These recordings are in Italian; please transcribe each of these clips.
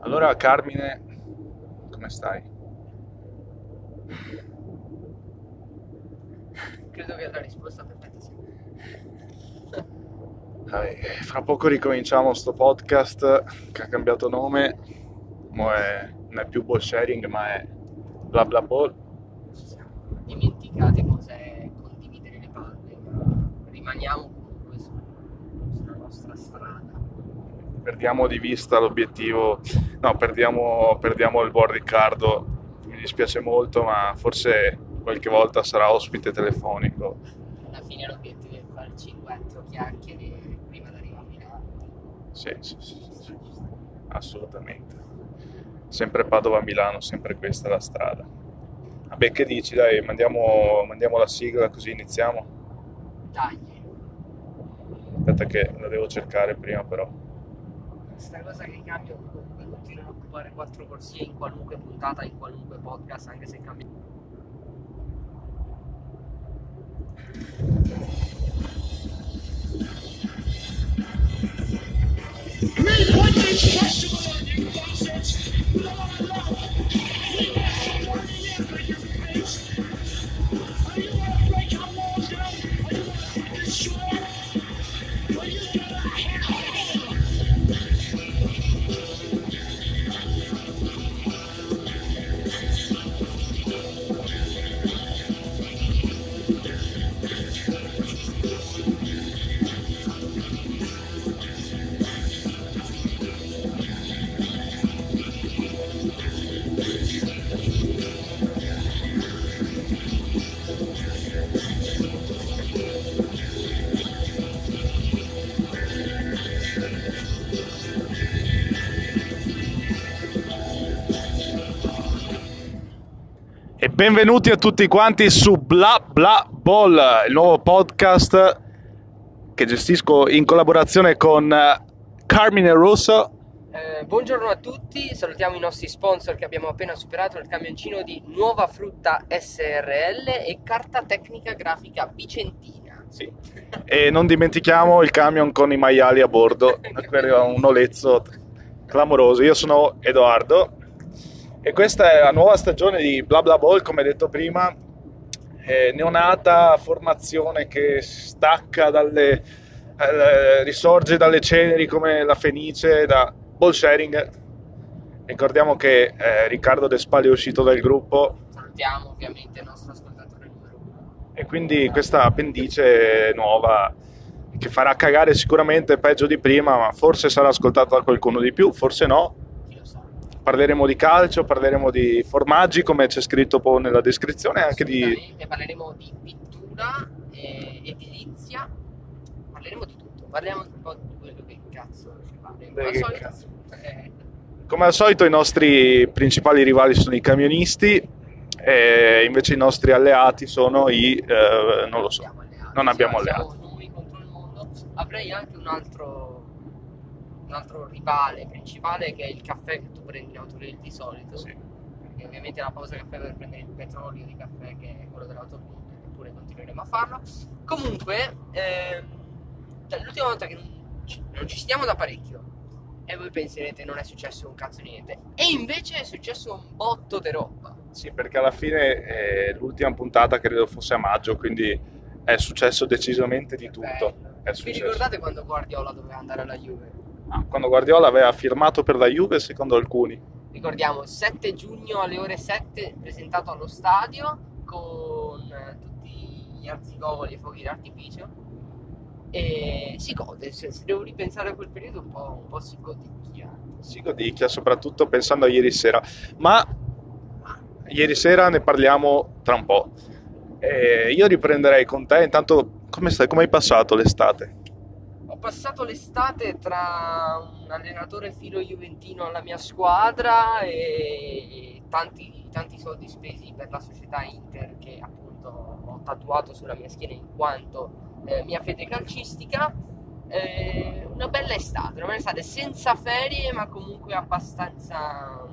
Allora, Carmine, come stai? Credo che la risposta perfetta sia. Fra poco ricominciamo sto podcast che ha cambiato nome, non è più ball sharing ma è bla bla ball. Ci siamo dimenticati cos'è condividere le palle, ma rimaniamo comunque sulla nostra strada. Perdiamo di vista l'obiettivo, no, perdiamo il buon Riccardo, mi dispiace molto, ma forse qualche volta sarà ospite telefonico. Alla fine l'obiettivo è farci quattro chiacchiere prima di arrivare a Milano. Sì, assolutamente. Sempre Padova-Milano, sempre questa è la strada. Vabbè, che dici? Dai, mandiamo la sigla così iniziamo. Dai, Aspetta che la devo cercare prima però. questa cosa che cambia comunque continuano a occupare quattro corsie in qualunque puntata, in qualunque podcast, anche se cambia. E benvenuti a tutti quanti su Bla Bla Ball, il nuovo podcast che gestisco in collaborazione con Carmine Russo. Buongiorno a tutti, salutiamo i nostri sponsor che abbiamo appena superato, il camioncino di Nuova Frutta SRL e Carta Tecnica Grafica Vicentina. Sì. E non dimentichiamo il camion con i maiali a bordo, quello è un olezzo clamoroso. Io sono Edoardo e questa è la nuova stagione di Bla Bla Ball, come detto prima, neonata formazione che stacca risorge dalle ceneri come la fenice da ball sharing. Ricordiamo che Riccardo De Spali è uscito dal gruppo. Salutiamo ovviamente il nostro ascoltatore numero uno. E quindi questa appendice nuova che farà cagare sicuramente peggio di prima, ma forse sarà ascoltata da qualcuno di più, forse no. Chi lo sa? Parleremo di calcio, parleremo di formaggi, come c'è scritto poi nella descrizione, anche di... Parleremo di pittura, edilizia, parleremo di tutto, parliamo un po' di quello che cazzo ci pare. Come al Che solito, cazzo. Come al solito i nostri principali rivali sono i camionisti, e invece i nostri alleati sono non lo so, non abbiamo alleati. Siamo noi contro il mondo. Avrei anche un altro rivale principale che è il caffè che tu prendi in autogrill di solito. Sì. E ovviamente la pausa caffè per prendere il petrolio di caffè che è quello dell'autogrill, eppure continueremo a farlo. Comunque, l'ultima volta che non ci stiamo da parecchio e voi penserete non è successo un cazzo niente, e invece è successo un botto di roba. Sì, perché alla fine l'ultima puntata credo fosse a maggio, quindi è successo decisamente di tutto. È Vi successo. ricordate quando Guardiola doveva andare alla Juve? Quando Guardiola aveva firmato per la Juve, secondo alcuni. Ricordiamo, 7 giugno alle ore 7 presentato allo stadio con tutti gli arzigogoli e fuochi d'artificio, e si gode, se devo ripensare a quel periodo un po' si godicchia. Si godicchia, soprattutto pensando a ieri sera. Ma ieri sera ne parliamo tra un po'. Io riprenderei con te. Intanto, come stai? Come hai passato l'estate? Ho passato l'estate tra un allenatore filo juventino alla mia squadra e tanti soldi spesi per la società Inter, che appunto ho tatuato sulla mia schiena in quanto mia fede calcistica. Una bella estate senza ferie, ma comunque abbastanza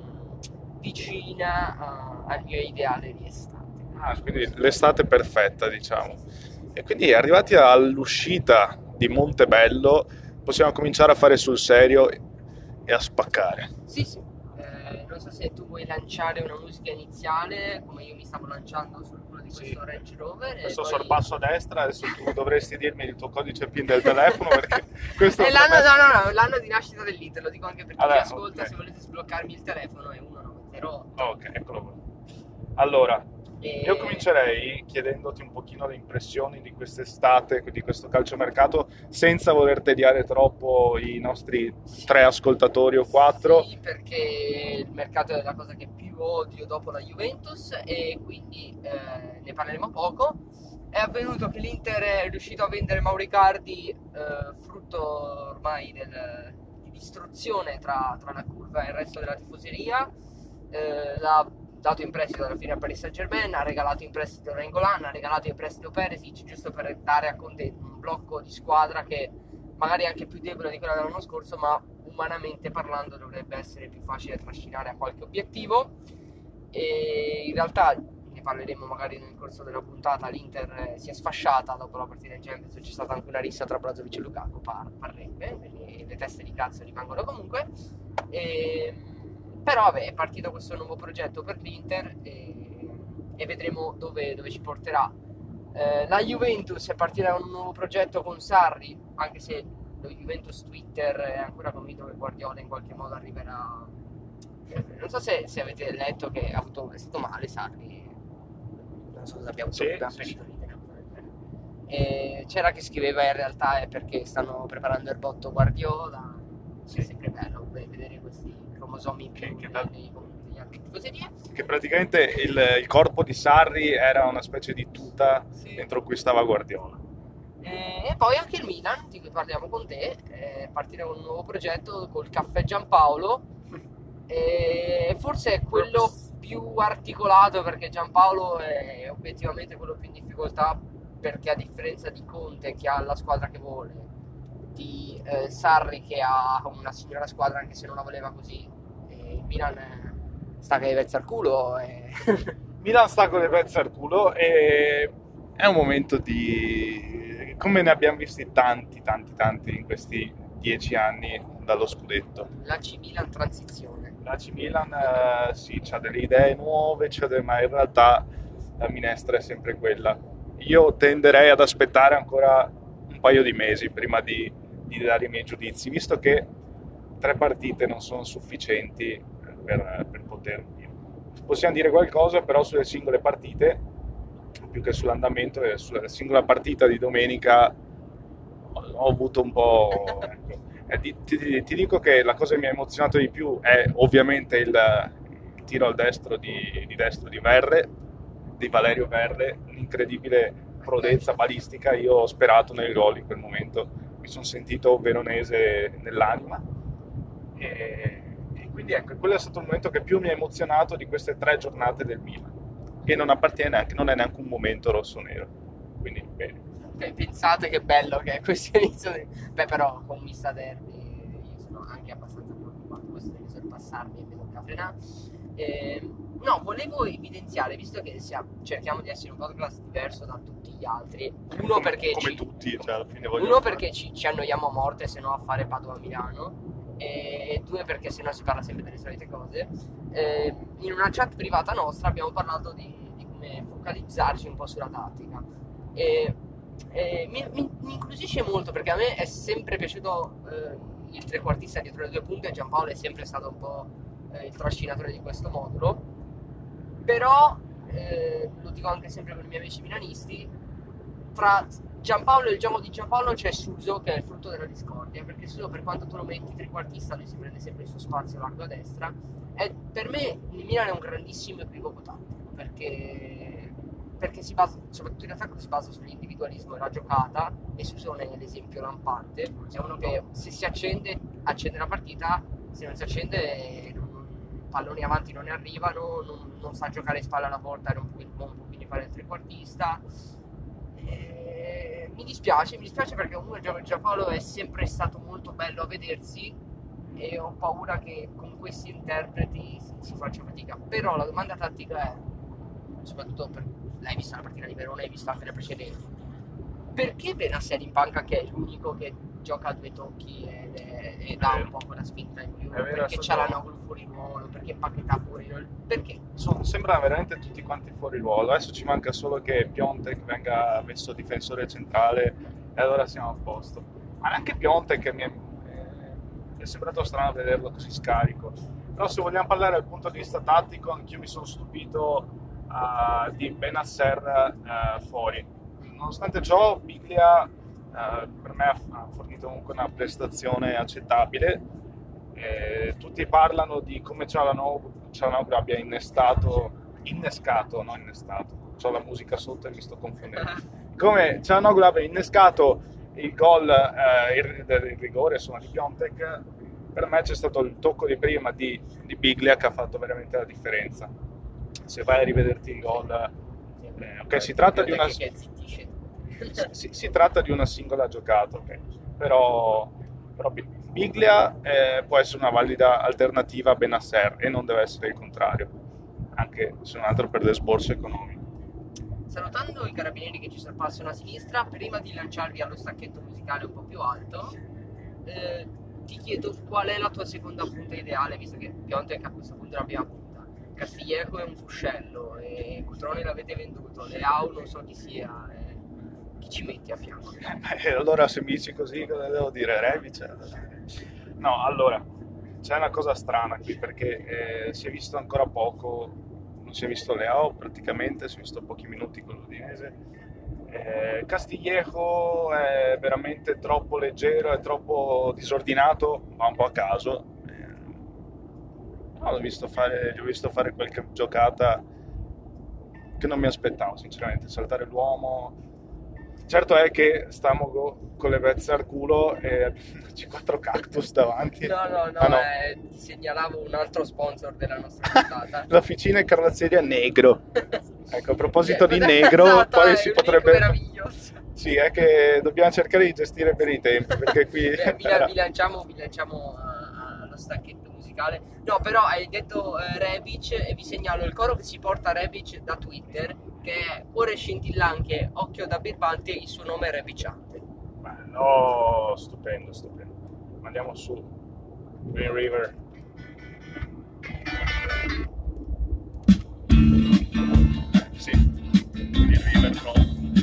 vicina al mio ideale di estate. Quindi l'estate perfetta, diciamo. E quindi arrivati all'uscita di Montebello possiamo cominciare a fare sul serio e a spaccare. Sì, non so se tu vuoi lanciare una musica iniziale, come io mi stavo lanciando sul culo di questo Sì. Range Rover. Questo E poi... sorpasso a destra, adesso tu dovresti dirmi il tuo codice PIN del telefono perché questo È l'anno, no, l'anno di nascita dell'Inter, lo dico anche per chi Vabbè, mi ascolta, ok. se volete sbloccarmi il telefono è 1908. Ok, eccolo qua. Allora, E- io comincerei chiedendoti un pochino le impressioni di quest'estate, di questo calciomercato, senza voler tediare troppo i nostri 3 ascoltatori o 4. Sì, perché il mercato è la cosa che più odio dopo la Juventus e quindi ne parleremo poco. È avvenuto che l'Inter è riuscito a vendere Mauro Icardi, frutto ormai di distruzione tra la curva e il resto della tifoseria. L'ha dato in prestito alla fine al Paris Saint-Germain, ha regalato in prestito Nainggolan, ha regalato in prestito Perisic, giusto per dare a Conte un blocco di squadra che magari è anche più debole di quella dell'anno scorso, ma umanamente parlando dovrebbe essere più facile trascinare a qualche obiettivo. E in realtà ne parleremo magari nel corso della puntata. L'Inter si è sfasciata dopo la partita in Champions, c'è stata anche una rissa tra Brozovic e Lukaku, parrebbe, le teste di cazzo rimangono comunque. Però vabbè, è partito questo nuovo progetto per l'Inter e vedremo dove ci porterà. La Juventus è partita con un nuovo progetto con Sarri, anche se lo Juventus Twitter è ancora convinto che Guardiola in qualche modo arriverà. Non so se avete letto che è stato male Sarri, non so se abbiamo Sì, sì. E c'era che scriveva in realtà è perché stanno preparando il botto Guardiola. Sì. È sempre bello vedere questi cromosomi più Che degli altri tifoserie. Che praticamente il corpo di Sarri era una specie di tuta Sì. dentro cui stava Guardiola. E poi anche il Milan, di cui parliamo con te, partire con un nuovo progetto col Caffè Giampaolo. E forse è quello più articolato perché Giampaolo è obiettivamente quello più in difficoltà, perché a differenza di Conte che ha la squadra che vuole, di Sarri che ha una signora squadra anche se non la voleva così, il Milan sta che vezza al culo Milan sta con le pezze al culo e è un momento di... come ne abbiamo visti tanti in questi 10 anni dallo scudetto. l'AC Milan transizione. L'AC Milan sì, c'ha delle idee nuove, ma in realtà la minestra è sempre quella. Io tenderei ad aspettare ancora un paio di mesi prima di dare i miei giudizi, visto che 3 partite non sono sufficienti per poter dire. Possiamo dire qualcosa però sulle singole partite, più che sull'andamento e sulla singola partita di domenica ho avuto un po'... ti dico che la cosa che mi ha emozionato di più è ovviamente il tiro al destro di Verre, di Valerio Verre, un'incredibile prodezza balistica. Io ho sperato nel gol in quel momento, mi sono sentito veronese nell'anima e quindi ecco, quello è stato il momento che più mi ha emozionato di queste 3 giornate del Milan, che non è neanche un momento rossonero, quindi bene. Pensate che bello che è questo inizio Beh, però con Mista Derby io sono anche abbastanza preoccupato, questo deve sorpassarmi e mi tocca frenare. No, volevo evidenziare, visto che cerchiamo di essere un podcast diverso da tutti gli altri, uno perché alla fine ci annoiamo a morte se no a fare Padova-Milano, e 2 perché se no si parla sempre delle solite cose. In una chat privata nostra abbiamo parlato di come focalizzarci un po' sulla tattica e mi incuriosisce molto perché a me è sempre piaciuto il trequartista dietro le 2 punte. Giampaolo è sempre stato un po' il trascinatore di questo modulo, però lo dico anche sempre con i miei amici milanisti, tra Giampaolo e il gioco di Giampaolo c'è Suso che è il frutto della discordia, perché Suso, per quanto tu lo metti trequartista, lui si prende sempre il suo spazio largo a destra, e per me il Milan è un grandissimo equivoco tattico perché si basa, soprattutto in attacco, si basa sull'individualismo e la giocata, e Suso è l'esempio lampante. È uno che se si accende la partita, se non si accende palloni avanti non ne arrivano, non sa giocare in spalla alla porta e non può quindi fare il trequartista. Mi dispiace perché comunque il gioco di Giampaolo è sempre stato molto bello a vedersi e ho paura che con questi interpreti si faccia fatica. Però la domanda tattica è, soprattutto l'hai vista la partita di Verona, hai visto anche le precedenti, perché Benasser in panca, che è l'unico che gioca a due tocchi e dà un po' quella spinta in più, vero, perché c'è la Noglu fuori ruolo, perché Paquetá fuori ruolo, perché? Sembrano veramente tutti quanti fuori ruolo. Adesso ci manca solo che Piontek venga messo difensore centrale e allora siamo a posto. Ma anche Piontek mi è sembrato strano vederlo così scarico. Però se vogliamo parlare dal punto di vista tattico, anch'io mi sono stupito di Benasser fuori. Nonostante ciò, Biglia per me ha fornito comunque una prestazione accettabile. Tutti parlano di come Cialanoglu abbia innescato, c'ho la musica sotto e mi sto confondendo. Come Cialanoglu abbia innescato il gol, il rigore insomma, di Piontek. Per me c'è stato il tocco di prima di Biglia che ha fatto veramente la differenza. Se vai a rivederti il gol, ok, si tratta di una si tratta di una singola giocata, okay. Però Biglia può essere una valida alternativa a Benasser e non deve essere il contrario, anche se non altro per l'esborso economico. Salutando i carabinieri che ci sorpassano a sinistra, prima di lanciarvi allo stacchetto musicale un po' più alto, ti chiedo qual è la tua seconda punta ideale, visto che Piontek a questo punto è la prima punta, Castillejo è un fuscello, e Cutrone l'avete venduto, Leao non so chi sia, chi ci metti a fianco? Allora se mi dici così cosa devo dire? Rebic? No, allora c'è una cosa strana qui perché si è visto ancora poco, non si è visto Leao praticamente, si è visto pochi minuti con l'Udinese. Castillejo è veramente troppo leggero, è troppo disordinato, va un po' a caso. No, l'ho visto fare qualche giocata che non mi aspettavo sinceramente, saltare l'uomo. Certo è che stiamo con le vezze al culo e c'è 4 cactus davanti. No, ti segnalavo un altro sponsor della nostra puntata. L'officina e carrozzeria Negro. Ecco, a proposito di Negro, esatto, poi si potrebbe... meraviglioso. Sì, è che dobbiamo cercare di gestire bene i tempi, perché qui... vi lanciamo allo stacchetto musicale. No, però hai detto Rebic e vi segnalo il coro che si porta Rebic da Twitter, che è cuore scintillante, occhio da birbante, il suo nome è Rebicante. No, stupendo. Andiamo su Green River. Sì, Green River no.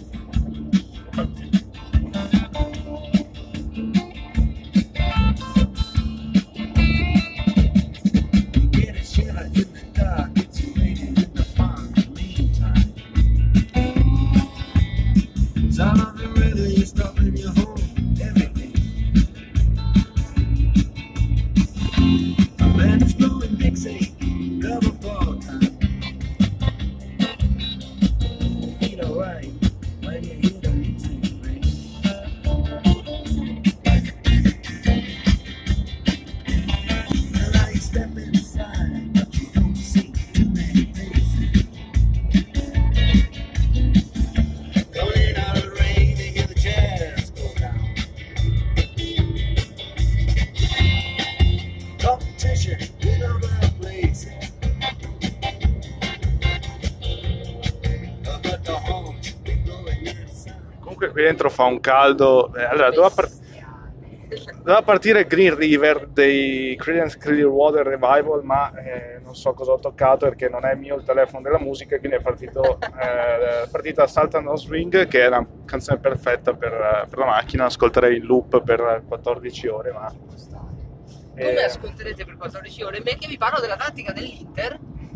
Comunque qui dentro fa un caldo. Allora doveva partire Green River dei Creedence Clearwater Revival, ma non so cosa ho toccato perché non è mio il telefono della musica, quindi è partita Salta No Swing, che è la canzone perfetta per la macchina. Ascolterei in loop per 14 ore, ma come ascolterete per 14 ore? Me che vi parlo della tattica dell'Inter,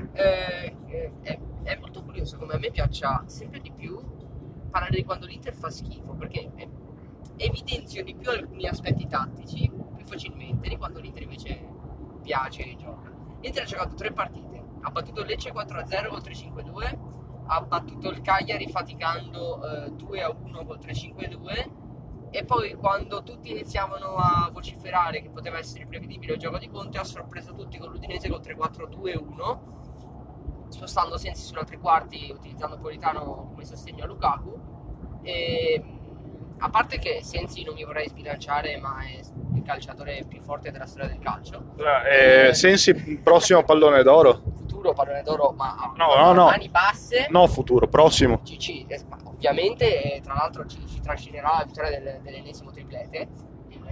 è molto curioso come a me piaccia sempre di più parlare di quando l'Inter fa schifo, perché evidenzio di più alcuni aspetti tattici più facilmente di quando l'Inter invece piace e gioca. L'Inter ha giocato 3 partite, ha battuto il Lecce 4-0 col 3-5-2, ha battuto il Cagliari faticando 2-1 col 3-5-2, e poi quando tutti iniziavano a vociferare che poteva essere prevedibile il gioco di Conte, ha sorpreso tutti con l'Udinese col 3-4-2-1, spostando Sensi sulla tre quarti, utilizzando Politano come sostegno a Lukaku. E a parte che Sensi non mi vorrei sbilanciare, ma è il calciatore più forte della storia del calcio. Sensi prossimo pallone d'oro? Futuro pallone d'oro, ma no. mani basse. No, futuro, prossimo. Ovviamente, tra l'altro ci trascinerà la vittoria dell'ennesimo triplete.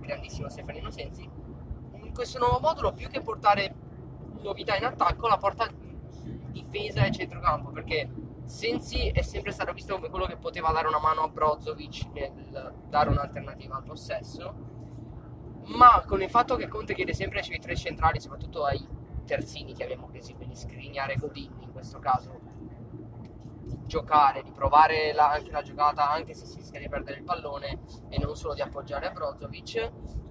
grandissimo Stefanino Sensi. In questo nuovo modulo, più che portare novità in attacco, la porta in difesa e centrocampo, perché Sensi è sempre stato visto come quello che poteva dare una mano a Brozovic nel dare un'alternativa al possesso, ma con il fatto che Conte chiede sempre ai suoi tre centrali, soprattutto ai terzini, chiamiamo così, quindi Skriniar e Godin in questo caso, di giocare, di provare anche la giocata anche se si rischia di perdere il pallone e non solo di appoggiare a Brozovic.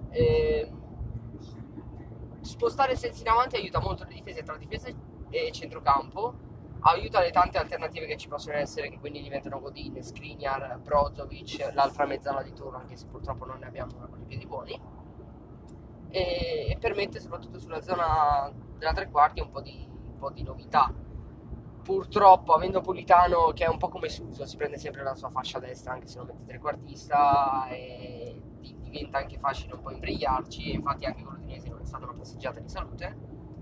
Spostare Sensi in avanti aiuta molto le difese, tra difesa e centrocampo, aiuta le tante alternative che ci possono essere, che quindi diventano Godin, Skriniar, Brozovic, l'altra mezzala di turno, anche se purtroppo non ne abbiamo una con i piedi buoni, e permette soprattutto sulla zona della tre quarti un po' di novità. Purtroppo, avendo Politano che è un po' come Suso, si prende sempre la sua fascia destra anche se non mette trequartista, e diventa anche facile un po' imbrigliarci, e infatti anche con l'Udinese non è stata una passeggiata di salute,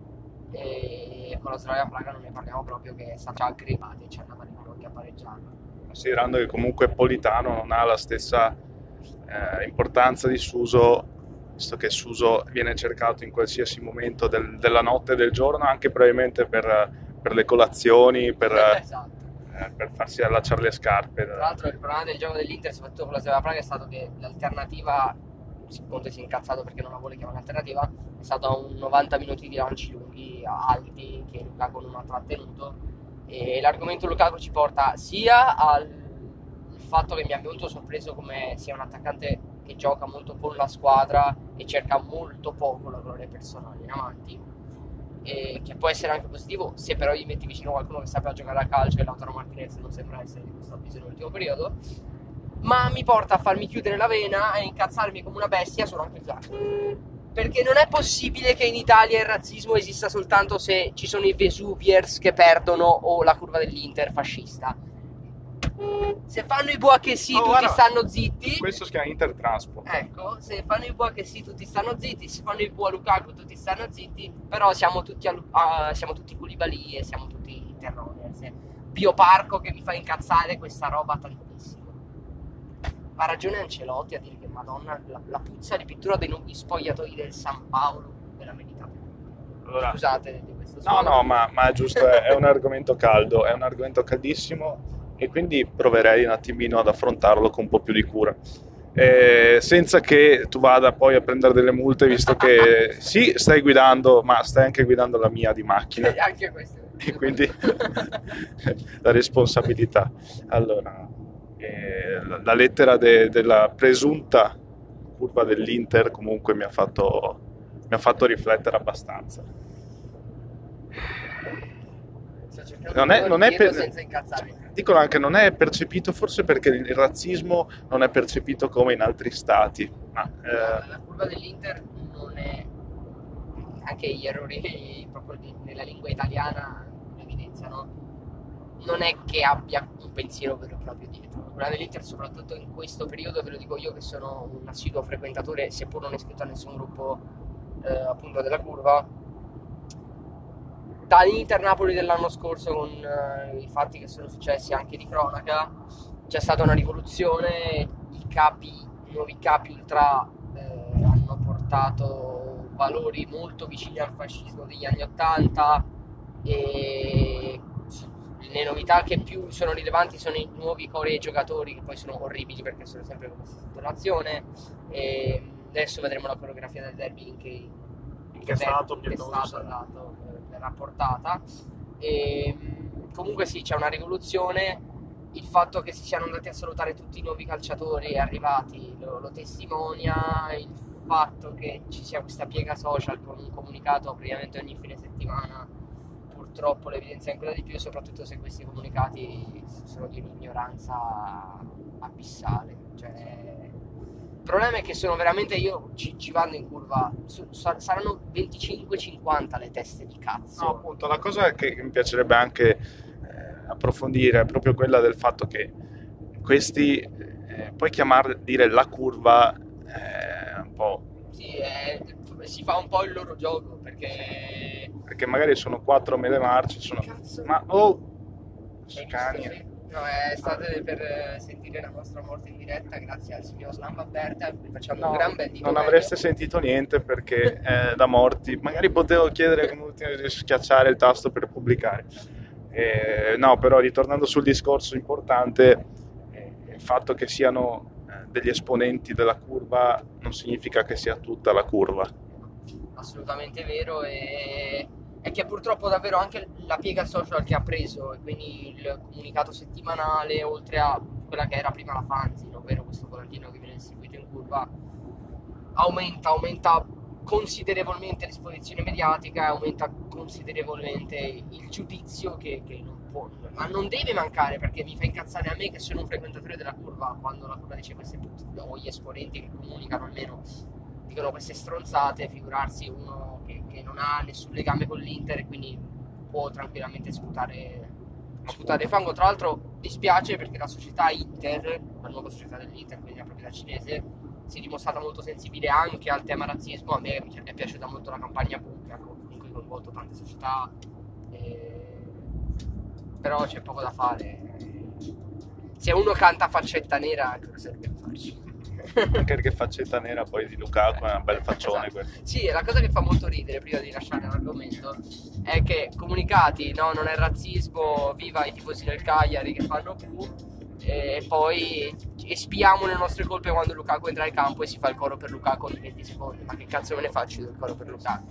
e con la Slavia Praga non ne parliamo proprio, che è stata già aggregata e ci è andata anche a pareggiarla. Considerando che comunque Politano non ha la stessa importanza di Suso, visto che Suso viene cercato in qualsiasi momento della notte e del giorno, anche probabilmente per le colazioni, Esatto. per farsi allacciare le scarpe. Tra l'altro il problema del gioco dell'Inter, soprattutto con la Slavia Praga, è stato che l'alternativa, Conte si è incazzato perché non la vuole chiamare un'alternativa, è stato un 90 minuti di lanci lunghi, alti, che Lukaku non ha trattenuto, e l'argomento Lukaku ci porta sia al fatto che mi abbia molto sorpreso come sia un attaccante che gioca molto con la squadra e cerca molto poco la gloria personale in avanti, e che può essere anche positivo se però gli metti vicino qualcuno che sappia giocare a calcio, e Lautaro Martinez non sembra essere di questo avviso nell'ultimo periodo, ma mi porta a farmi chiudere la vena e incazzarmi come una bestia solo anche il classico, perché non è possibile che in Italia il razzismo esista soltanto se ci sono i Vesuviers che perdono o la curva dell'Inter fascista. Se fanno i buà che sì, tutti guarda, stanno zitti. Questo si chiama Intertransport. Ecco, se fanno i buà che sì, tutti stanno zitti. Se fanno i buà Lukaku, tutti stanno zitti. Però siamo tutti Koulibaly e siamo tutti Terroniers. Bioparco che mi fa incazzare questa roba tantissimo. Ha ragione Ancelotti a dire che Madonna, la puzza di pittura dei nuovi spogliatoi del San Paolo ve la meritate. Allora, Scusate di questo no, ma è giusto, è un argomento caldo, è un argomento caldissimo, e quindi proverei un attimino ad affrontarlo con un po' più di cura, senza che tu vada poi a prendere delle multe, visto che sì, stai guidando, ma stai anche guidando la mia di macchina, anche questo. e quindi la responsabilità. Allora, la lettera della presunta curva dell'Inter comunque mi ha fatto riflettere abbastanza. Non è senza incazzarmi. Dicono anche non è percepito, forse perché il razzismo non è percepito come in altri stati, ma La curva dell'Inter non è, anche gli errori proprio nella lingua italiana lo evidenziano, non è che abbia un pensiero vero e proprio dietro. La curva dell'Inter, soprattutto in questo periodo, ve lo dico io che sono un assiduo frequentatore, seppur non iscritto a nessun gruppo appunto della curva, dall'Inter Napoli dell'anno scorso, con i fatti che sono successi anche di cronaca, c'è stata una rivoluzione. I nuovi capi ultra hanno portato valori molto vicini al fascismo degli anni '80, e le novità che più sono rilevanti sono i nuovi core giocatori, che poi sono orribili perché sono sempre come situazione, e adesso vedremo la coreografia del derby in che stato verrà portata. E comunque sì, c'è una rivoluzione. Il fatto che si siano andati a salutare tutti i nuovi calciatori arrivati lo testimonia. Il fatto che ci sia questa piega social con un comunicato praticamente ogni fine settimana, purtroppo lo evidenzia ancora di più, soprattutto se questi comunicati sono di un'ignoranza abissale. Il problema è che sono veramente, io ci vado in curva, saranno 25-50 le teste di cazzo. no, appunto, la cosa che mi piacerebbe anche approfondire è proprio quella del fatto che questi puoi dire la curva un po', Sì, si fa un po' il loro gioco, perché magari sono 4 mele marce, Cazzo. ma Hai Scania. visto, No, state per sentire la nostra morte in diretta grazie al signor Slamba Berta, a cui facciamo un gran bel dito non medio. avreste sentito niente perché da morti. Magari potevo chiedere come di schiacciare il tasto per pubblicare. No, però ritornando sul discorso importante, il fatto che siano degli esponenti della curva non significa che sia tutta la curva. Assolutamente vero, e che purtroppo davvero anche la piega social che ha preso, e quindi il comunicato settimanale, oltre a quella che era prima la fanzine, ovvero questo volantino che viene distribuito in curva, aumenta considerevolmente l'esposizione mediatica, aumenta considerevolmente il giudizio che non può, ma non deve mancare, perché mi fa incazzare a me che sono un frequentatore della curva, quando la curva dice queste puttane, o gli esponenti che comunicano almeno dicono queste stronzate, figurarsi uno che non ha nessun legame con l'Inter e quindi può tranquillamente sputare fango. Tra l'altro dispiace perché la società Inter, la nuova società dell'Inter, quindi la proprietà cinese, si è dimostrata molto sensibile anche al tema razzismo. A me è piaciuta molto la campagna Book, ha comunque coinvolto tante società, però c'è poco da fare. Se uno canta Faccetta Nera, cosa serve farci? Anche perché Faccetta Nera poi di Lukaku è un bel faccione, esatto. questo. Sì, la cosa che fa molto ridere, prima di lasciare l'argomento, è che comunicati, no, non è razzismo, viva i tifosi del Cagliari che fanno più, e poi espiamo le nostre colpe quando Lukaku entra in campo e si fa il coro per Lukaku ogni 20 secondi. Ma che cazzo me ne faccio del coro per Lukaku?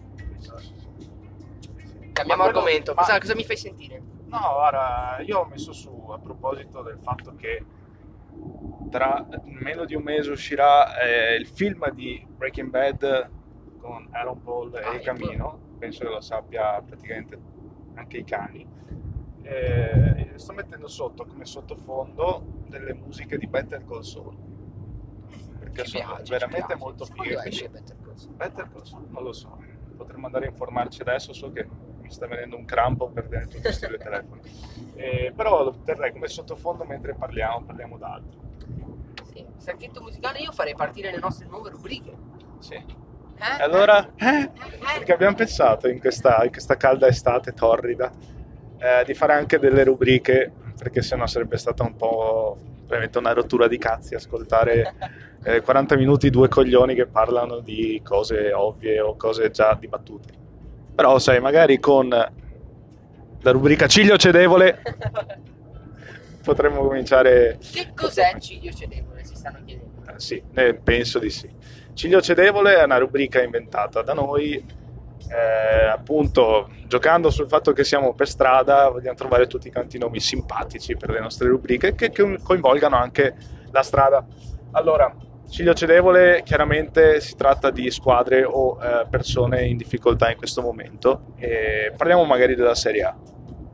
Cambiamo argomento, cosa mi fai sentire? No, guarda, io ho messo su a proposito del fatto che tra meno di un mese uscirà il film di Breaking Bad con Aaron Paul e Camino, penso che lo sappia praticamente anche i cani. Sto mettendo sotto come sottofondo delle musiche di Better Call Saul, perché sono veramente molto fighe. Better Call Saul? Non lo so, potremmo andare a informarci adesso, so che mi sta venendo un crampo per tutti questi due telefoni, però lo terrei come sottofondo mentre parliamo d'altro. Sì, sacchetto musicale, io farei partire le nostre nuove rubriche. Sì. Allora, perché abbiamo pensato in questa calda estate torrida di fare anche delle rubriche, perché sennò sarebbe stata un po' veramente una rottura di cazzi ascoltare 40 minuti due coglioni che parlano di cose ovvie o cose già dibattute. Però sai, magari con la rubrica Ciglio Cedevole potremmo cominciare. Che cos'è Ciglio Cedevole, si stanno chiedendo? Sì, penso di sì. Ciglio Cedevole è una rubrica inventata da noi, appunto giocando sul fatto che siamo per strada, vogliamo trovare tutti quanti nomi simpatici per le nostre rubriche che coinvolgano anche la strada. Allora, Ciglio Cedevole chiaramente si tratta di squadre o persone in difficoltà in questo momento, e parliamo magari della Serie A.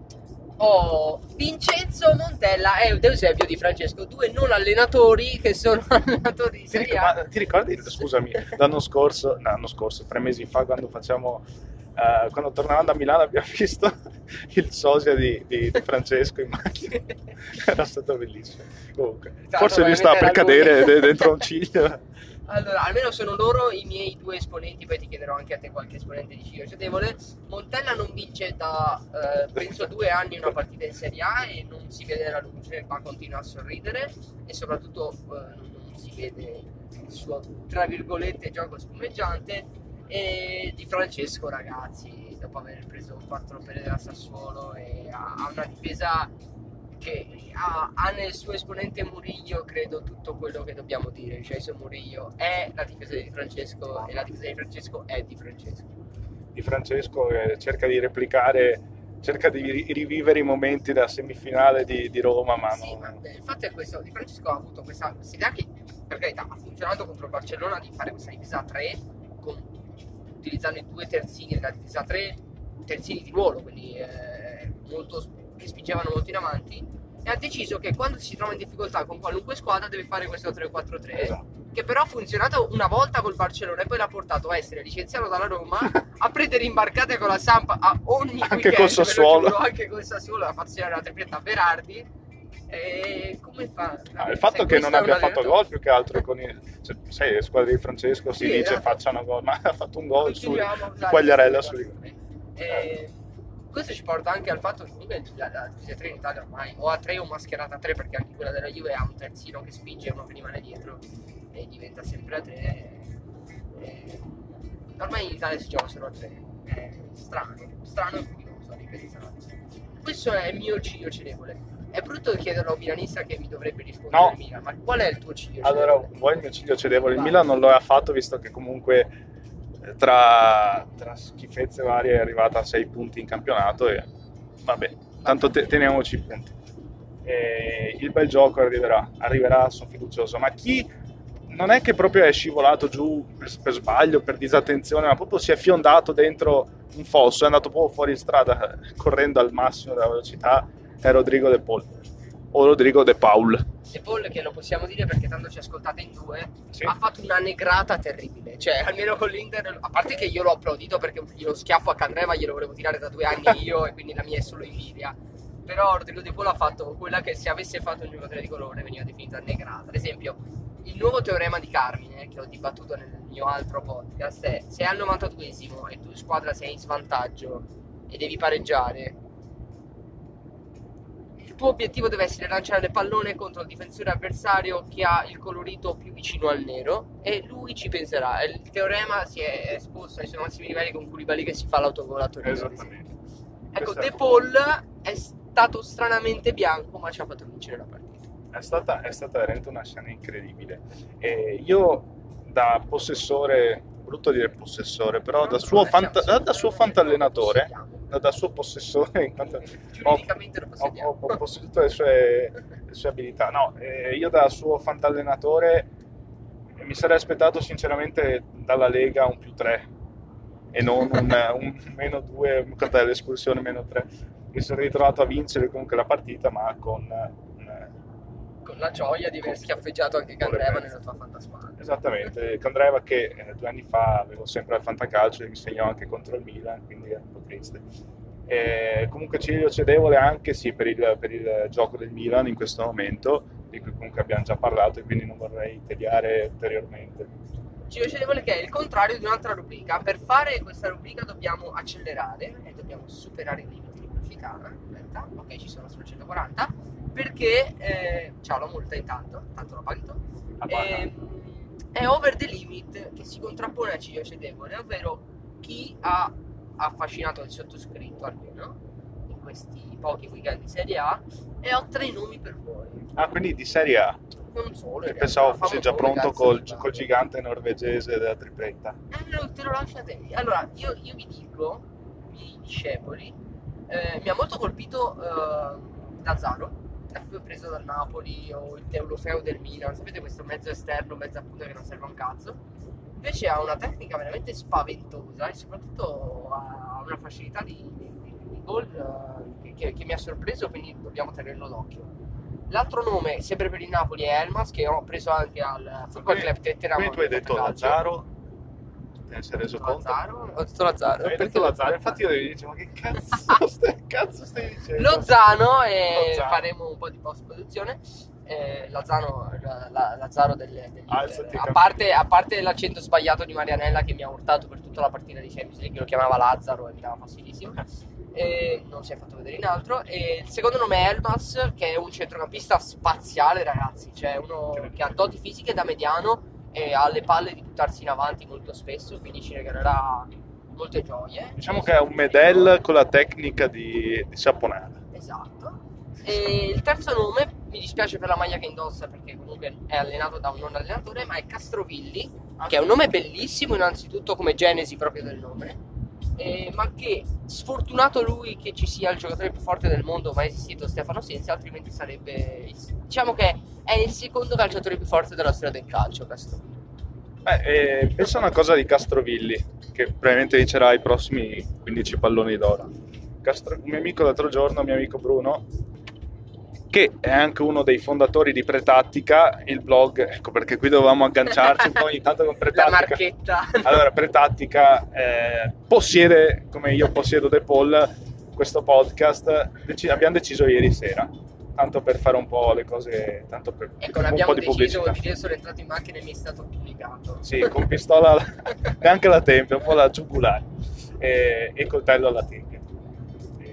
Vincenzo Montella e Eusebio Di Francesco, due non allenatori che sono allenatori di Serie A. Ma ti ricordi, scusami, l'anno scorso, 3 mesi fa, quando tornavamo da Milano abbiamo visto il sosia di Francesco in macchina. Era stato bellissimo. Comunque, forse lui stava per cadere dentro un ciglio. Allora, almeno sono loro i miei due esponenti, poi ti chiederò anche a te qualche esponente di Ciglio Cedevole. Montella non vince da penso 2 anni una partita in Serie A e non si vede la luce, ma continua a sorridere e soprattutto non si vede il suo, tra virgolette, gioco spumeggiante. E Di Francesco, ragazzi, dopo aver preso 4 pere della Sassuolo e ha una difesa che ha nel suo esponente Murillo, credo, tutto quello che dobbiamo dire. Cioè, su Murillo è la difesa di Francesco e la difesa di Francesco è Di Francesco. Di Francesco cerca di replicare, cerca di rivivere i momenti della semifinale di Roma, ma sì, ma il fatto è questo: Di Francesco ha avuto questa idea che, per carità, ha funzionato contro il Barcellona, di fare questa difesa a 3 utilizzando i 2 terzini della difesa a 3, terzini di ruolo, quindi che spingevano molto in avanti, e ha deciso che quando si trova in difficoltà con qualunque squadra deve fare questo 3-4-3, esatto, che però ha funzionato una volta col Barcellona e poi l'ha portato a essere licenziato dalla Roma, a prendere imbarcate con la Samp a ogni anche weekend, col Sassuolo, anche col Sassuolo, ha fatto una tripletta a Berardi. E come fa? Il fatto che non abbia fatto gol più che altro con sai, le squadre di Francesco si dice esatto, facciano gol, ma ha fatto un gol su Quagliarella Quagliarella su Questo ci porta anche al fatto che comunque la Serie 3 in Italia ormai o a 3 o mascherata a 3, perché anche quella della Juve ha un terzino che spinge e uno che rimane dietro e diventa sempre a 3. Ormai in Italia si gioca solo a 3. È strano e curioso, questo è il mio ciglio cedevole. È brutto chiederlo a un milanista che mi dovrebbe rispondere No. al Milan, ma qual è il tuo ciglio Allora, cedevole? vuoi il mio ciglio cedevole? Il Milan non lo ha fatto, visto che comunque tra schifezze varie è arrivata a 6 punti in campionato e vabbè, tanto teniamoci i punti. E il bel gioco arriverà, sono fiducioso. Ma chi non è che proprio è scivolato giù per sbaglio, per disattenzione, ma proprio si è fiondato dentro un fosso, è andato proprio fuori strada correndo al massimo della velocità, è Rodrigo De Paul o Rodrigo De Paul. De Paul, che lo possiamo dire perché tanto ci ascoltate in 2, Sì. ha fatto una negrata terribile. Cioè, almeno con l'Inter, a parte che io l'ho applaudito perché lo schiaffo a Candreva glielo volevo tirare da 2 anni io e quindi la mia è solo invidia. Però Rodrigo De Paul ha fatto quella che se avesse fatto un giocatore di colore veniva definita negrata. Ad esempio, il nuovo teorema di Carmine, che ho dibattuto nel mio altro podcast, è: se al 92esimo e tu squadra sei in svantaggio e devi pareggiare, il tuo obiettivo deve essere lanciare il pallone contro il difensore avversario che ha il colorito più vicino al nero, e lui ci penserà. Il teorema si è esposto ai suoi massimi livelli con Koulibaly che si fa l'autogol a Torino. Esattamente. Ecco, Questo è De Paul è stato stranamente bianco, ma ci ha fatto vincere la partita. È stata veramente una scena incredibile. E io, da possessore, brutto dire possessore, però da suo fantallenatore, da suo possessore, in quanto Giuridicamente lo possediamo. ho posseduto le sue abilità. No, io da suo fantallenatore mi sarei aspettato sinceramente dalla Lega un +3 e non un -2, quant'è l'espulsione -3. Mi sono ritrovato a vincere comunque la partita, ma con la gioia di aver schiaffeggiato anche Candreva nella tua fantasmata. Esattamente, Candreva che 2 anni fa avevo sempre al fantacalcio e mi segnò anche contro il Milan, quindi è un po' triste. Comunque ciglio cedevole anche sì per il gioco del Milan in questo momento, di cui comunque abbiamo già parlato e quindi non vorrei tediare ulteriormente. Ciglio cedevole, che è il contrario di un'altra rubrica. Per fare questa rubrica dobbiamo accelerare e dobbiamo superare i limiti di velocità. Aspetta, ok, ci sono solo 140, perché ciao, la multa intanto, tanto lo paghi tu. È over the limit che si contrappone a ciglio cedevole, ovvero chi ha affascinato il sottoscritto almeno in questi pochi weekend di Serie A, e ho 3 nomi per voi. Ah, quindi di Serie A? Non solo, in Pensavo realtà, fossi fammi già un po' le pronto cazzo col gigante norvegese della tripletta. te lo lascio a te. Allora, io vi dico, miei discepoli, mi ha molto colpito Lazzaro, preso dal Napoli, o il Deulofeu del Milan. Sapete, questo mezzo esterno, mezza punta che non serve a un cazzo. Invece ha una tecnica veramente spaventosa e soprattutto ha una facilità di gol che mi ha sorpreso, quindi dobbiamo tenerlo d'occhio. L'altro nome, sempre per il Napoli, è Elmas, che ho preso anche al Football Club Tetteram. Quindi tu hai detto Lazzaro, te ne sei reso conto? Lazzaro? Ho detto Lazzaro. Hai detto Lazzaro, infatti io dicevo, ma che cazzo stai dicendo? Lozano, e Lozano. faremo un po' di post-produzione. Lazzaro dell'Inter. Alzati, A parte l'accento sbagliato di Marianella che mi ha urtato per tutta la partita di Champions League, lo chiamava Lazzaro e mi dava fastidissimo. E non si è fatto vedere in altro. E il secondo nome è Elmas, che è un centrocampista spaziale, ragazzi. Cioè uno che ha doti fisiche da mediano e ha le palle di buttarsi in avanti molto spesso, quindi ci regalerà molte gioie. Diciamo che è un Medel con la tecnica di Saponara. Esatto. E il terzo nome, mi dispiace per la maglia che indossa perché comunque è allenato da un non allenatore, ma è Castrovilli, che è un nome bellissimo innanzitutto come genesi proprio del nome, ma che, sfortunato lui che ci sia il giocatore più forte del mondo mai esistito, Stefano Sensi, altrimenti sarebbe, diciamo che è il secondo calciatore più forte della storia del calcio, Castrovilli. Pensa a una cosa di Castrovilli, che probabilmente vincerà i prossimi 15 palloni d'oro. Un mio amico l'altro giorno, mio amico Bruno, che è anche uno dei fondatori di Pretattica, il blog, ecco perché qui dovevamo agganciarci un po' ogni tanto con Pretattica. La marchetta. Allora, Pretattica possiede, come io possiedo De Paul, questo podcast, abbiamo deciso ieri sera, tanto per fare un po' le cose, tanto per Ecco, un abbiamo po' di deciso pubblicità. che sono entrato in macchina e mi è stato pubblicato. Sì, con pistola neanche la tempia, un po' la giugulare e coltello alla tempia.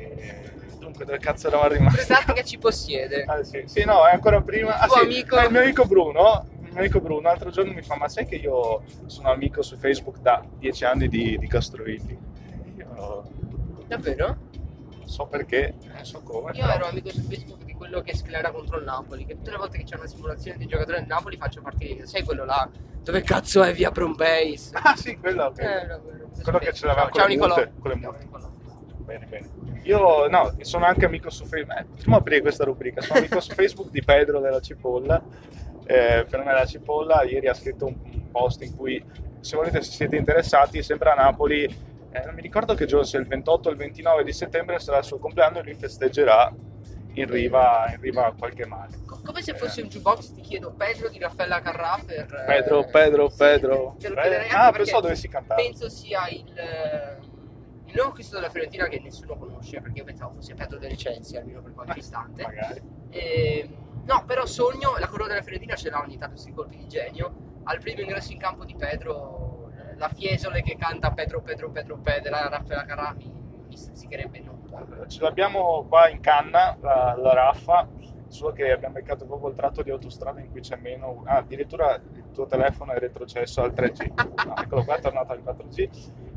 comunque dove cazzo eravamo rimasti? Scusate che ci possiede. Ah, sì. Sì, no, è ancora prima. Il tuo Sì, amico? è il mio amico Bruno. Il mio amico Bruno l'altro giorno mi fa: ma sai che io sono amico su Facebook da 10 anni di Castrovilli? Io Davvero? non so perché, non so come. Io ero amico su Facebook di quello che sclera contro il Napoli, che tutte le volte che c'è una simulazione di giocatore del Napoli faccio partire. Sai quello là? Dove cazzo è via Brombase? Ah sì, quello, quello che ce l'aveva con Ciao le Nicolò. multe, con le Ciao multe. Nicolò. Bene, bene. Io no, sono anche amico su Facebook. Potremmo aprire questa rubrica. Sono amico su Facebook di Pedro della Cipolla. Per me la Cipolla ieri ha scritto un post in cui, se volete, se siete interessati, sempre a Napoli, non mi ricordo che giorno, se il 28 o il 29 di settembre sarà il suo compleanno e lui festeggerà in riva a qualche mare. Come se fosse un jukebox, ti chiedo Pedro di Raffaella Carrà per... Pedro. Te lo chiederei anche perché pensavo dovessi cantare. penso sia il nuovo acquisto della Fiorentina che nessuno conosce, perché io pensavo fosse Pedro del Chelsea, almeno per qualche istante. Magari. No, però sogno, la corona della Fiorentina ce l'ha ogni tanto questi colpi di genio. Al primo ingresso in campo di Pedro, la Fiesole che canta Pedro, la Raffaella Carrà mi stuzzicherebbe non poco. Ce l'abbiamo qua in canna, la Raffa, solo che abbiamo beccato proprio il tratto di autostrada in cui c'è meno... addirittura il tuo telefono è retrocesso al 3G. No, eccolo qua, è tornato al 4G.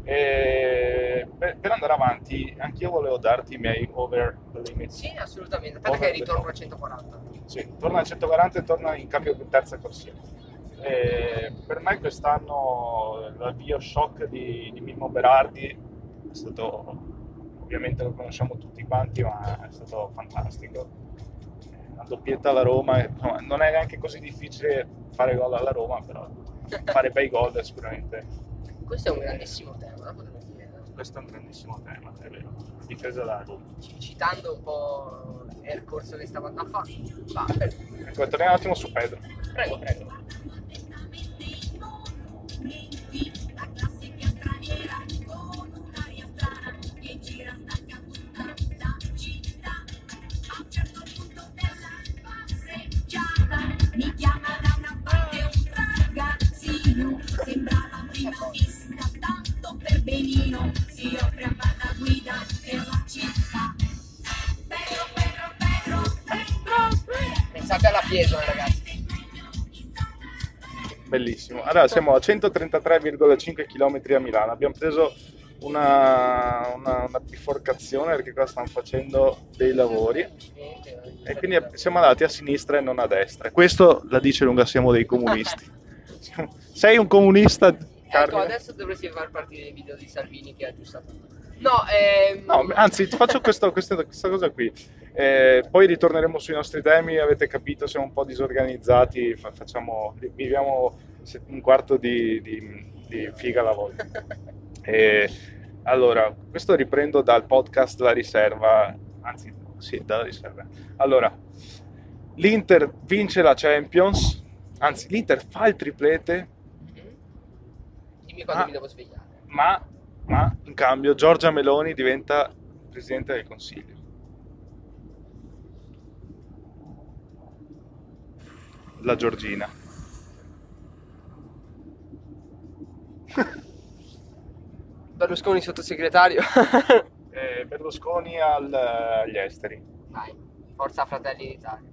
E per andare avanti, anch'io volevo darti i miei over the limit. Sì, assolutamente. Aspetta che ritorno a 140. Sì, torna a 140 e torna in cambio di terza corsia. Per me quest'anno l'avvio shock di Mimmo Berardi è stato, ovviamente lo conosciamo tutti quanti, ma è stato fantastico. Una doppietta alla Roma, insomma, non è neanche così difficile fare gol alla Roma, però fare bei gol è sicuramente... Questo è un grandissimo tema, potremmo dire. Questo è un grandissimo tema, è vero. Difesa da Roma. Citando un po' il corso che stavo andando a fare. Va, Ecco, torniamo un attimo su Pedro. prego. Mi chiama da una parte un ragazzino, sembra la prima vista, tanto per benino, si offre a far da guida per la città. Pedro. Pensate alla Fiesole, ragazzi. Bellissimo. Allora siamo a 133,5 km a Milano. Abbiamo preso una biforcazione perché qua stanno facendo dei lavori e quindi siamo andati a sinistra e non a destra. Questo la dice lunga, siamo dei comunisti. Sei un comunista, Ecco, Carmine? adesso dovresti far partire i video di Salvini che ha aggiustato. No, anzi, ti faccio questa cosa qui. Poi ritorneremo sui nostri temi, avete capito, siamo un po' disorganizzati, viviamo un quarto di figa alla volta. Allora, questo riprendo dal podcast La Riserva, anzi, sì, dalla Riserva. Allora, l'Inter vince la Champions, anzi, l'Inter fa il triplete, Dimmi quando mi devo svegliare. ma in cambio Giorgia Meloni diventa Presidente del Consiglio. La Giorgina. Berlusconi sottosegretario. Berlusconi agli esteri. Dai, forza Fratelli d'Italia.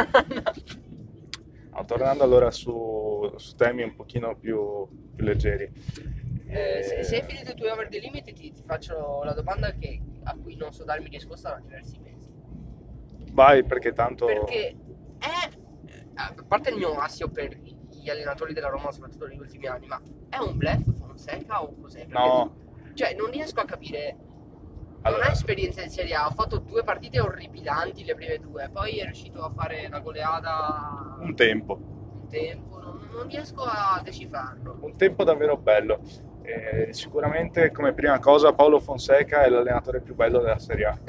No, tornando allora su temi un pochino più leggeri. Se hai finito i tuoi over the limit ti faccio la domanda a cui non so darmi risposta da diversi mesi. Vai, perché tanto... Perché a parte il mio assio per gli allenatori della Roma, soprattutto negli ultimi anni, ma è un bluff Fonseca o cos'è? Perché, No. Cioè, non riesco a capire. Allora. Non ha esperienza in Serie A, ho fatto 2 partite orripilanti, le prime 2, poi è riuscito a fare una goleada Un tempo non riesco a decifrarlo. un tempo davvero bello. Sicuramente come prima cosa Paolo Fonseca è l'allenatore più bello della Serie A.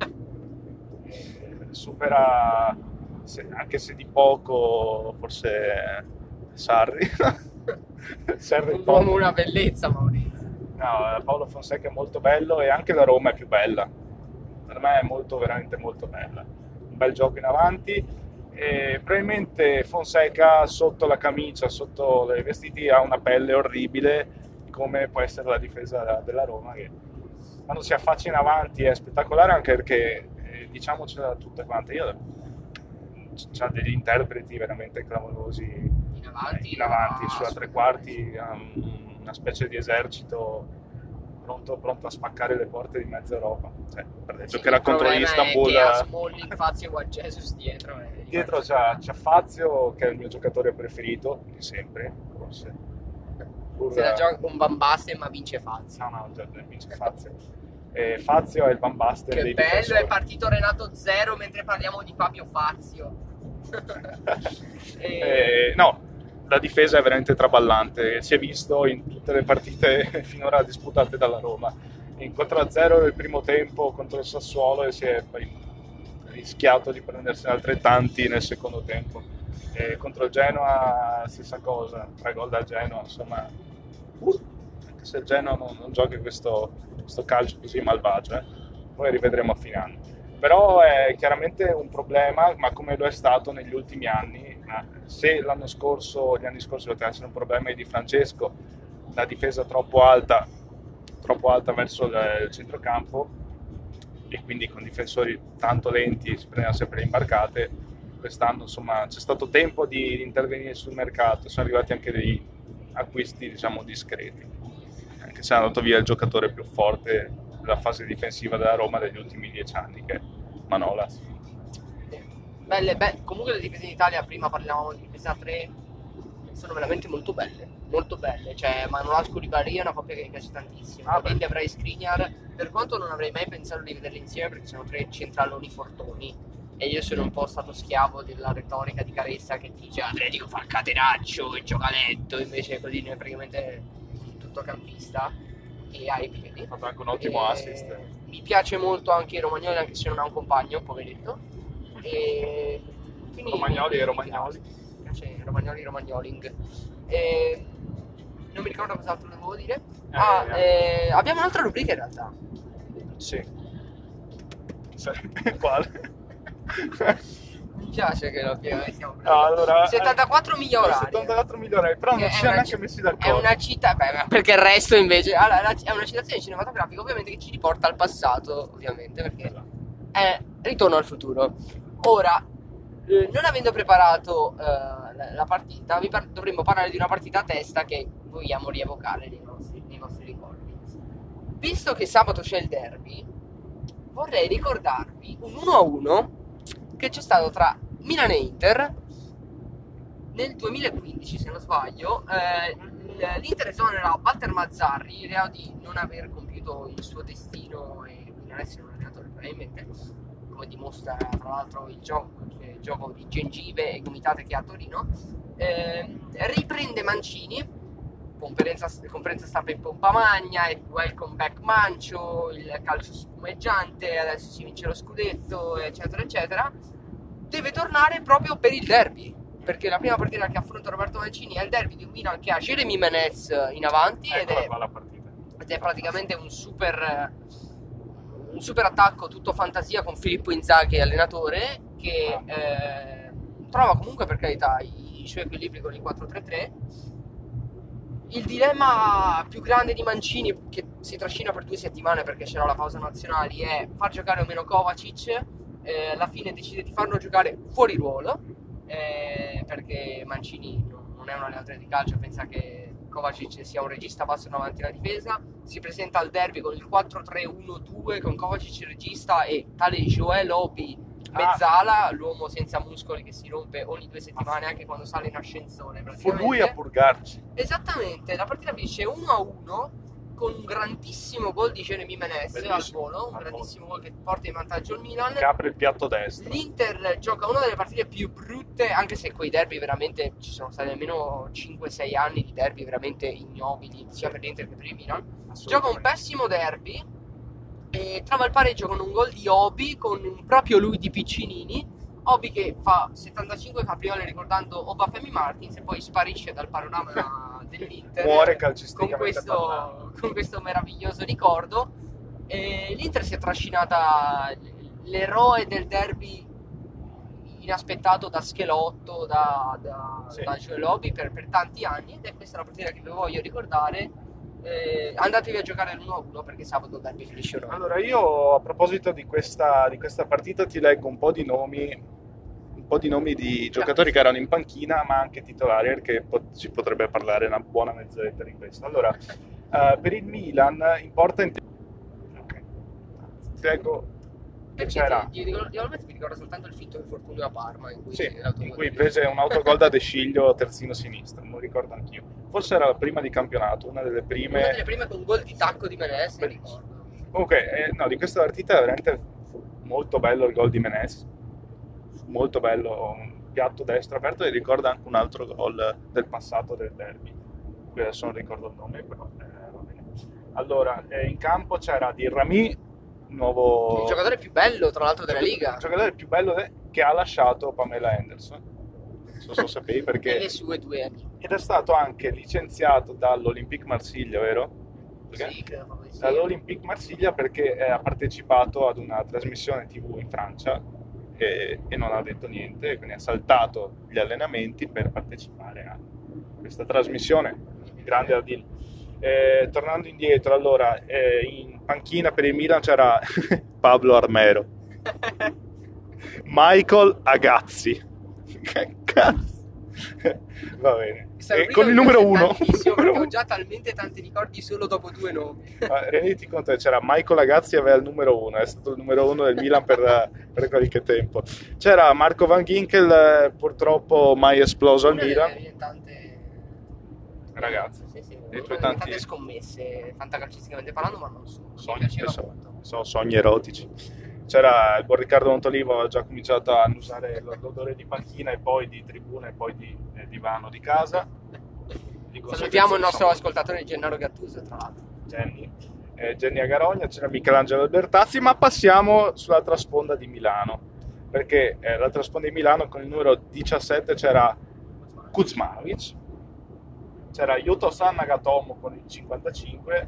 Supera, anche se di poco, forse Sarri. Sarri Un uomo, una bellezza, Maurizio. No, Paolo Fonseca è molto bello e anche la Roma è più bella. Per me è veramente molto bella. Un bel gioco in avanti. E probabilmente Fonseca sotto la camicia, sotto i vestiti ha una pelle orribile, come può essere la difesa della Roma, che quando si affaccia in avanti è spettacolare, anche perché diciamocela tutte quante, c'ha degli interpreti veramente clamorosi in avanti sulla tre quarti, una specie di esercito pronto a spaccare le porte di mezza Europa. Cioè, per giocare contro gli Istanbul. Che ha Smalling, Fazio e Juan Jesus dietro. Dietro c'ha Fazio, che è il mio giocatore preferito di sempre, forse. Se la gioca con Van Basten, ma vince Fazio. No, vince Fazio. Fazio è il Van Basten che dei bello, difensori. è partito Renato 0 mentre parliamo di Fabio Fazio. No, la difesa è veramente traballante, si è visto in tutte le partite finora disputate dalla Roma. In 4-0 nel primo tempo contro il Sassuolo e si è poi rischiato di prendersene altrettanti nel secondo tempo. Contro il Genoa stessa cosa, 3 gol da Genoa, insomma, anche se il Genoa non gioca questo calcio così malvagio, poi rivedremo a fine anno. Però è chiaramente un problema, ma come lo è stato negli ultimi anni. Se gli anni scorsi poteva essere un problema di Francesco, la difesa troppo alta verso il centrocampo e quindi con difensori tanto lenti si prendeva sempre le imbarcate, quest'anno insomma c'è stato tempo di intervenire sul mercato, sono arrivati anche degli acquisti diciamo discreti, anche se è andato via il giocatore più forte della fase difensiva della Roma degli ultimi 10 anni, che è Manolas. Comunque le difese in Italia, prima parlavamo di difesa 3, sono veramente molto belle, cioè Manolas Koulibaly è una coppia che mi piace tantissimo, quindi avrei Skriniar, per quanto non avrei mai pensato di vederli insieme perché sono 3 centraloni fortoni e io sono un po' stato schiavo della retorica di Caressa che dice Atletico fa il catenaccio e gioca lento, invece così è praticamente tutto campista e ha i piedi. Ha fatto anche un ottimo assist. Mi piace molto anche Romagnoli, anche se non ha un compagno, poveretto. E quindi Romagnoli e Romagnoli. Mi piace Romagnoling. Non mi ricordo cos'altro devo dire. Abbiamo un'altra rubrica in realtà. Sì. Sarebbe quale? Mi piace che lo stiamo allora, 74 migliorari. 74 migliorari, però non ci siamo neanche messi d'accordo. È una cita, perché il resto invece è una citazione cinematografica ovviamente che ci riporta al passato, ovviamente, perché è Ritorno al futuro. Ora, non avendo preparato la partita, dovremmo parlare di una partita a testa che vogliamo rievocare nei nostri ricordi. Visto che sabato c'è il derby, vorrei ricordarvi un 1-1 che c'è stato tra Milan e Inter nel 2015, se non sbaglio. L'Inter esonera Walter Mazzarri, reo di non aver compiuto il suo destino e di non essere un allenatore, probabilmente, come dimostra tra l'altro il gioco di gengive e gomitate che ha a Torino. Riprende Mancini, conferenza stampa in pompa magna, il welcome back Mancio, il calcio spumeggiante, adesso si vince lo scudetto, eccetera eccetera. Deve tornare proprio per il derby, perché la prima partita che affronta Roberto Mancini è il derby di un Milan che ha Jeremy Menez in avanti ed è praticamente un super attacco tutto fantasia con Filippo Inzaghi allenatore che trova comunque per carità i suoi equilibri con il 4-3-3. Il dilemma più grande di Mancini, che si trascina per 2 settimane perché c'era la pausa nazionali, è far giocare o meno Kovacic. Alla fine decide di farlo giocare fuori ruolo, perché Mancini non è un allenatore di calcio, pensa che Kovacic sia un regista basso in avanti alla difesa. Si presenta al derby con il 4-3-1-2 con Kovacic regista e tale Joel Obi mezzala, l'uomo senza muscoli che si rompe ogni 2 settimane anche quando sale in ascensore. Fu lui a purgarci. Esattamente, la partita finisce 1-1 con un grandissimo gol di Jeremy Menez al volo, un grandissimo gol che porta in vantaggio il Milan, che apre il piatto destro. L'Inter gioca una delle partite più brutte, anche se quei derby veramente ci sono stati almeno 5-6 anni di derby veramente ignobili sia per l'Inter che per il Milan. Gioca un pessimo derby e trova il pareggio con un gol di Obi, con proprio lui di Piccinini. Obi che fa 75 capriole ricordando Obafemi Martins e poi sparisce dal panorama dell'Inter. Muore calcisticamente con questo meraviglioso ricordo. E l'Inter si è trascinata l'eroe del derby inaspettato da Schelotto, da Joel Obi per tanti anni, ed è questa la partita che vi voglio ricordare. Andatevi a giocare l'1-1 perché sabato il derby finisce 1-1. Allora, io a proposito di questa partita ti leggo un po' di nomi di giocatori che erano in panchina, ma anche titolari, perché si potrebbe parlare una buona mezz'oretta di questo. Allora, per il Milan importa ti leggo che c'era. Idealmente mi ricorda soltanto il finto infortunio a Parma in cui, Sì, in cui prese un autogol da De Sciglio terzino sinistro, non lo ricordo anch'io. Forse era la prima di campionato, una delle prime. Una delle prime con gol di tacco di Menez, mi ricordo. Comunque, no, di questa partita veramente fu molto bello il gol di Menez. Fu molto bello, un piatto destro aperto, e ricorda anche un altro gol del passato del derby. Qui adesso non ricordo il nome, però va bene. Allora, in campo c'era Di Rami, nuovo Il giocatore più bello, tra l'altro, della Liga. il giocatore più bello che ha lasciato Pamela Anderson, non so se lo sapevi, E perché le sue 2 amiche. ed è stato anche licenziato dall'Olympique Marsiglia, vero? Perché? Sì, credo proprio di sì. Dall'Olympique Marsiglia perché ha partecipato ad una trasmissione TV in Francia e non ha detto niente, quindi ha saltato gli allenamenti per partecipare a questa trasmissione. Grande Adil. Tornando indietro, allora, in panchina per il Milan c'era Pablo Armero, Michael Agazzi. Che cazzo? Va bene. Questa E rubrica con il mi numero piace 1. tantissimo, perché ho già talmente tanti ricordi solo dopo 2 nomi. Renditi conto che c'era Michael Agazzi, aveva il numero 1, è stato il numero 1 del Milan per qualche tempo. C'era Marco Van Ginkel, purtroppo mai esploso al Una delle Milan. mie tante Ragazzi, sì, dei una tuoi delle tanti tante scommesse fantacalcisticamente parlando, ma non solo. Mi sogni, piaceva molto. sono sogni erotici. C'era il buon Riccardo Montolivo, aveva già cominciato a annusare l'odore di panchina e poi di tribuna e poi di divano di casa. Di Salutiamo il nostro insomma, ascoltatore Gennaro Gattuso, tra l'altro. Jenny Agarogna, c'era Michelangelo Albertazzi, ma passiamo sull'altra sponda di Milano, perché l'altra sponda di Milano con il numero 17 c'era Kuzmanovic, c'era Yuto-san Nagatomo con il 55,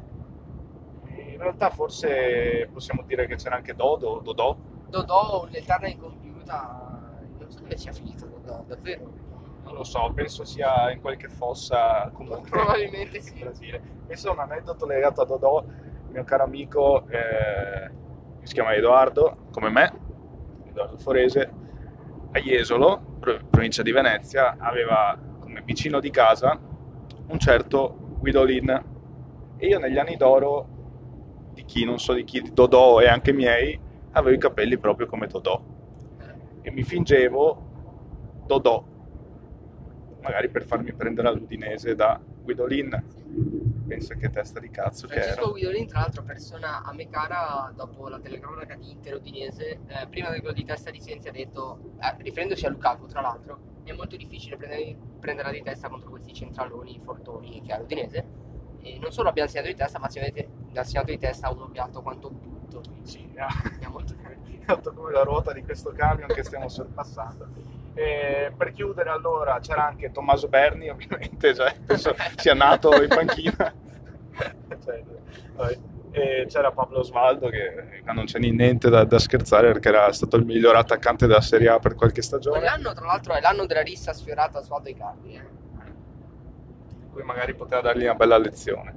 in realtà forse possiamo dire che c'era anche Dodò. Dodò, un'eterna incompiuta, non so dove sia finito Dodò, davvero. Non lo so, penso sia in qualche fossa comunque Probabilmente in sì. Brasile. Questo è un aneddoto legato a Dodò, mio caro amico, che si chiama Edoardo, come me, Edoardo Forese, a Jesolo, provincia di Venezia, aveva come vicino di casa un certo Guidolin, e io negli anni d'oro di chi, non so di chi, di Dodò e anche miei, avevo i capelli proprio come Dodò e mi fingevo Dodò, magari per farmi prendere all'Udinese da Guidolin. Pensa che testa di cazzo che Francesco era. Guidolin, tra l'altro, persona a me cara, dopo la telecronaca di Inter Udinese, prima del gol di testa di Sensi ha detto, riferendosi a Lukaku tra l'altro, è molto difficile prenderla di testa contro questi centraloni fortoni che ha l'Udinese, e non solo abbiamo segnato di testa, ma ha segnato di testa uno piatto quanto un butto. Sì, È molto fatto come la ruota di questo camion che stiamo sorpassando. Per chiudere, allora, c'era anche Tommaso Berni, ovviamente, cioè, penso sia nato in panchina. Cioè, vabbè. E c'era Pablo Osvaldo, che non c'è niente da scherzare, perché era stato il miglior attaccante della Serie A per qualche stagione. Quell'anno, tra l'altro, è l'anno della rissa sfiorata a Osvaldo Icardi. In cui magari poteva dargli una bella lezione.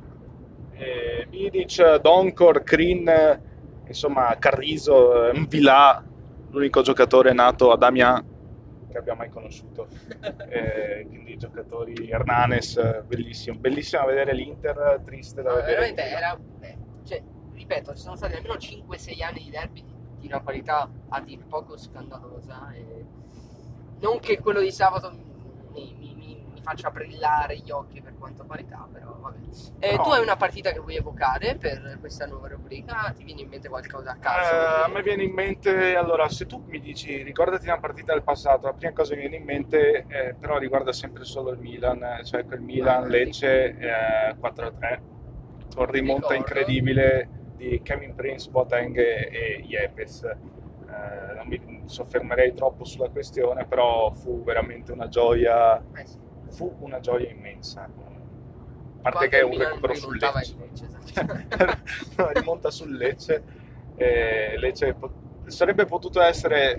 Vidic, Doncor, Crin, insomma Carrizo, Mvilà, l'unico giocatore nato ad Amiens che abbia mai conosciuto. Quindi giocatori, Hernanes, bellissimo a vedere l'Inter, triste da vedere. Veramente era, cioè, ripeto, ci sono stati almeno 5-6 anni di derby di una qualità a dir poco scandalosa, e non che quello di sabato mi faccia brillare gli occhi per quanto qualità, però vabbè. No. Tu hai una partita che vuoi evocare per questa nuova rubrica? Ti viene in mente qualcosa a caso? A me viene in mente, allora, se tu mi dici ricordati una partita del passato, la prima cosa che mi viene in mente però riguarda sempre solo il Milan, cioè quel Milan-Lecce 4-3, con rimonta Ricordo. incredibile di Kevin Prince, Boateng e Yepes. Non mi soffermerei troppo sulla questione, però fu veramente una gioia, Sì. fu una gioia immensa. A parte Quando che è il un Milan recupero sul rimontava Lecce. il Lecce, esatto. No, rimonta sul Lecce. Lecce sarebbe potuto essere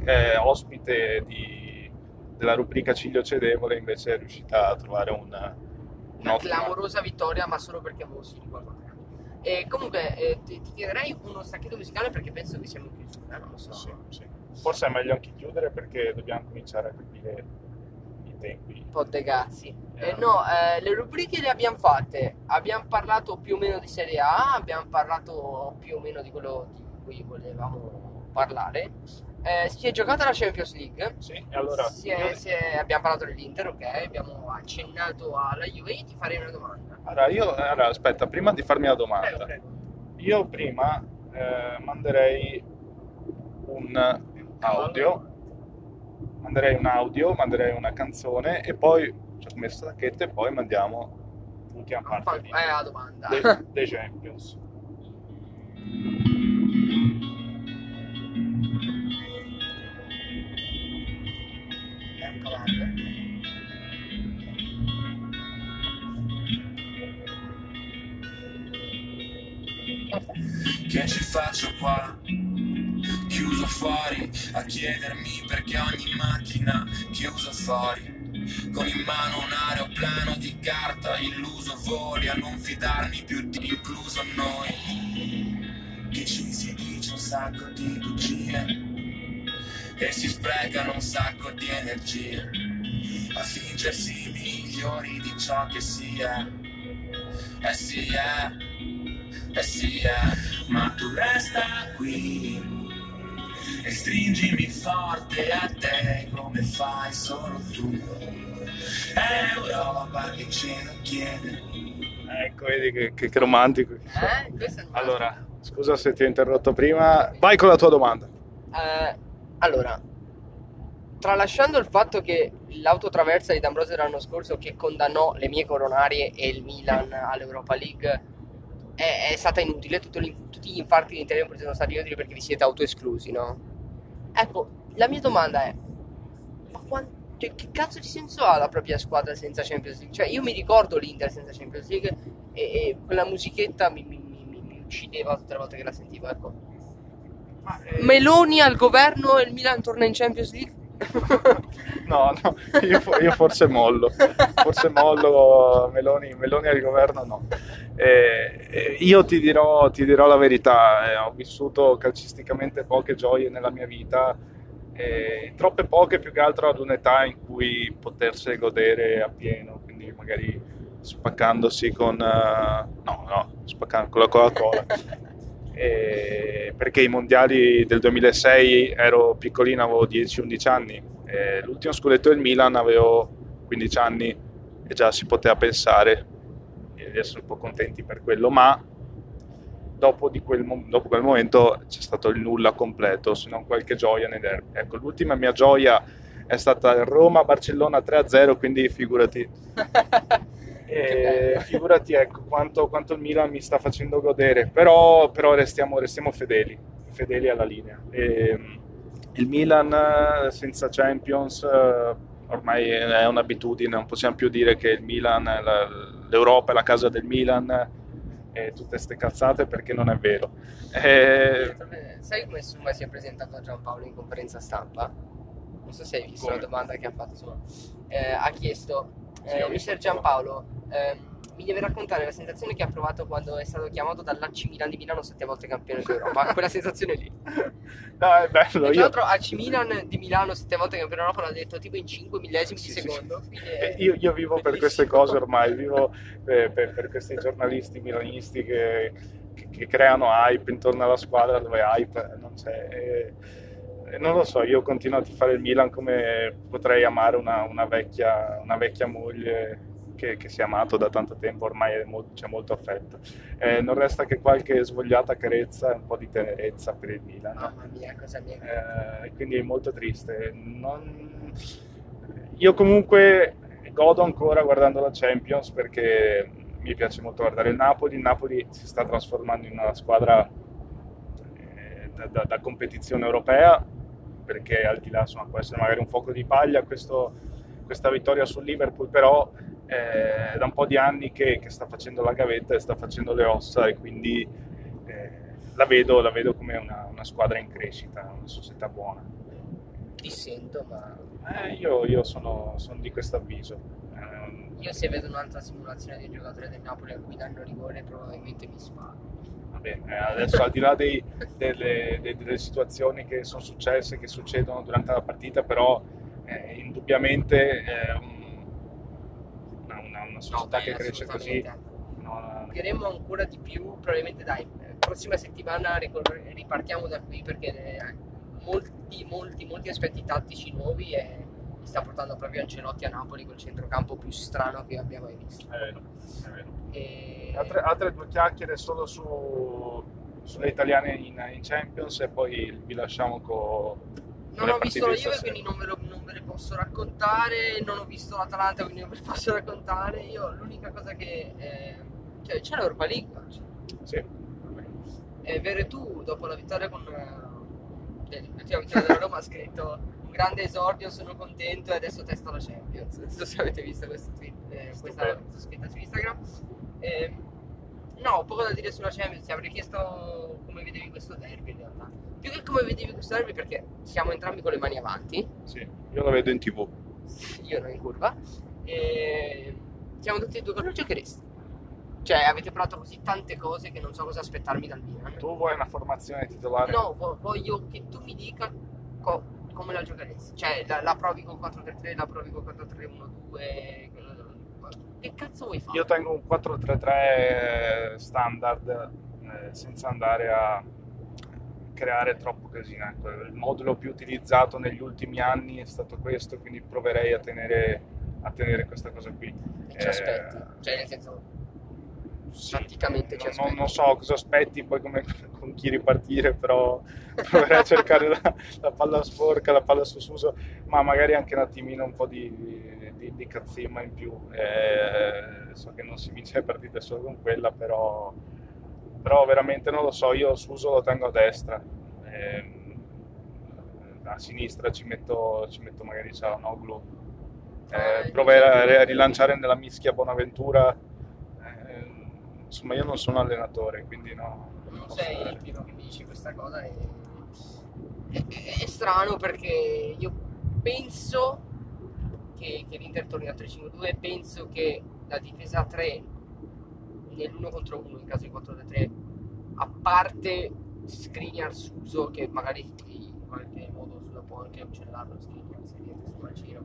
ospite della rubrica Ciglio Cedevole, invece è riuscita a trovare un una clamorosa vittoria, ma solo perché avevo sì di qualcosa. E comunque ti chiederei uno stacchetto musicale perché penso che siamo in chiusura, non lo so. Sì, sì. Forse è meglio anche chiudere perché dobbiamo cominciare a capire i tempi. Un po' de cazzi. No, le rubriche le abbiamo fatte. Abbiamo parlato più o meno di Serie A, abbiamo parlato più o meno di quello di cui volevamo parlare. Si è giocata la Champions League. Sì, e allora Abbiamo parlato dell'Inter, ok? Abbiamo accennato alla Juve. Io ti farei una domanda. Allora, aspetta, prima di farmi la domanda, Prego. io prima manderei un audio, manderei una canzone e poi ci ho messo stacchetto e poi mandiamo l'ultima parte La domanda. dei Champions. È un cavallo. Che ci faccio qua? Chiuso fuori a chiedermi perché ogni mattina chiuso fuori. Con in mano un aeroplano di carta illuso voli a non fidarmi più di incluso noi. Che ci si dice un sacco di bugie e si sprecano un sacco di energie a fingersi migliori di ciò che si è. Sì è, ma tu resta qui e stringimi forte a te come fai solo tu. È Europa che ce lo chiede. Ecco, vedi che romantico. Questo è il Allora, scusa se ti ho interrotto prima, vai con la tua domanda. Allora, tralasciando il fatto che l'autotraversa di D'Ambrosio l'anno scorso che condannò le mie coronarie e il Milan all'Europa League è stata inutile, tutti gli infarti di Inter sono stati inutili perché vi siete autoesclusi, no? Ecco, la mia domanda è: cioè, che cazzo di senso ha la propria squadra senza Champions League? Cioè, io mi ricordo l'Inter senza Champions League e quella musichetta mi uccideva tutte le volte che la sentivo, ecco. Meloni al governo e il Milan torna in Champions League? No, io forse mollo. Meloni al governo no. Io ti dirò la verità, ho vissuto calcisticamente poche gioie nella mia vita, troppe poche più che altro ad un'età in cui potersi godere appieno, quindi magari spaccandosi con spaccando con la Coca-Cola. Perché i mondiali del 2006 ero piccolino, avevo 10-11 anni, l'ultimo scudetto del Milan avevo 15 anni e già si poteva pensare di essere un po' contenti per quello, ma dopo quel momento c'è stato il nulla completo, se non qualche gioia nei derby. Ecco, l'ultima mia gioia è stata il Roma-Barcellona 3-0, quindi figurati. Figurati, ecco quanto il Milan mi sta facendo godere, però restiamo fedeli alla linea. Il Milan senza Champions ormai è un'abitudine, non possiamo più dire che il Milan, l'Europa è la casa del Milan e tutte queste cazzate, perché non è vero. Sai come si è presentato a Giampaolo in conferenza stampa? Non so se hai visto la domanda che ha fatto. Ha chiesto: Mister Giampaolo, mi deve raccontare la sensazione che ha provato quando è stato chiamato dall'AC Milan di Milano 7 volte campione d'Europa. Quella sensazione lì. No, è bello. Tra l'altro AC Milan di Milano 7 volte campione d'Europa l'ha detto tipo in 5 millesimi di secondo. Io vivo per queste cose ormai, vivo per questi giornalisti milanisti che creano hype intorno alla squadra dove hype non c'è. Non lo so, io continuo a tifare il Milan come potrei amare una vecchia moglie che si è amato da tanto tempo, ormai c'è molto affetto. Non resta che qualche svogliata carezza e un po' di tenerezza per il Milan. Mamma mia, cosa mia. Quindi è molto triste. Io comunque godo ancora guardando la Champions perché mi piace molto guardare il Napoli. Il Napoli si sta trasformando in una squadra da competizione europea, perché al di là può essere magari un fuoco di paglia questa vittoria sul Liverpool, però da un po' di anni che sta facendo la gavetta e sta facendo le ossa, e quindi la vedo come una squadra in crescita, una società buona. Ti sento, ma io sono di questo avviso. io se vedo un'altra simulazione di un giocatore del Napoli a cui danno rigore probabilmente mi sparo. Va bene, adesso al di là delle situazioni che sono successe, che succedono durante la partita, però indubbiamente una società che cresce così Giocheremo ancora di più, probabilmente dai, prossima settimana ripartiamo da qui perché molti aspetti tattici nuovi e sta portando proprio Ancelotti a Napoli col centrocampo più strano che abbia mai visto. È vero. Altre due chiacchiere solo sulle italiane in Champions e poi vi lasciamo con non ho visto la Juve, quindi non ve le posso raccontare, non ho visto l'Atalanta, quindi non ve le posso raccontare. Io l'unica cosa che cioè c'è l'Europa League oggi. Sì. Veretù dopo la vittoria l'ultima vittoria della Roma ha scritto un grande esordio, sono contento e adesso testa la Champions. Non so se avete visto questo tweet, questa scritta su Instagram. No, ho poco da dire sulla Champions, ti avrei chiesto come vedevi questo derby in realtà. Più che come vedevi questo derby perché siamo entrambi con le mani avanti. Sì, io lo vedo in TV. Io ero in curva. E siamo tutti e due con lo giocheresti. Cioè avete provato così tante cose che non so cosa aspettarmi dal Milan. Tu vuoi una formazione titolare? No, voglio che tu mi dica come la giocheresti. Cioè la provi con 4-3-3, la provi con 4-3-1-2. Che cazzo vuoi fare? Io tengo un 4-3-3 standard senza andare a creare troppo casino. Ecco, il modulo più utilizzato negli ultimi anni è stato questo, quindi proverei a tenere questa cosa qui. E ci aspetti? Cioè nel senso, tatticamente ci aspetti? Non so cosa aspetti, poi con chi ripartire, però proverei a cercare la palla sporca, la palla sossuso, ma magari anche un attimino un po' di cazzimma in più. So che non si vince le partite solo con quella, però veramente non lo so. Io Suso lo tengo a destra, a sinistra ci metto magari Çalhanoğlu, provare a rilanciare nella mischia Bonaventura. Insomma, io non sono allenatore, quindi no. Non sei il primo che mi dici questa cosa, è strano perché io penso che l'Inter torni a 3-5-2, penso che la difesa a 3 nell'1 contro 1 in caso di 4-3, a parte Skriniar, Suso che magari in qualche modo sulla può anche uccellarlo Skriniar se riesce sul mancino,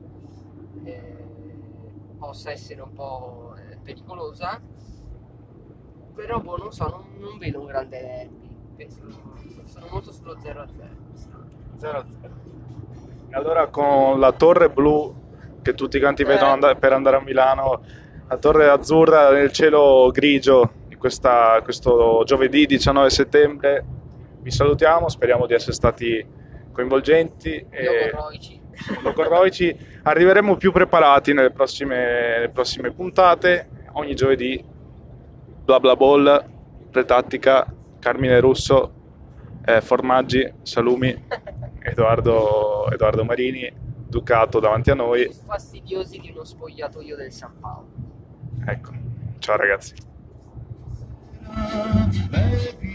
possa essere un po' pericolosa, però non so, non vedo un grande derby, penso, sono molto sullo 0-0. 0-0. E allora con la torre blu che tutti quanti vedono per andare a Milano, la torre azzurra nel cielo grigio di questo giovedì 19 settembre, vi salutiamo, speriamo di essere stati coinvolgenti e logorroici. Arriveremo più preparati nelle prossime puntate, ogni giovedì bla bla ball, pretattica, Carmine Russo, formaggi, salumi, Edoardo Marini, Ducato davanti a noi. Più fastidiosi di uno spogliatoio del San Paolo. Ecco, ciao ragazzi.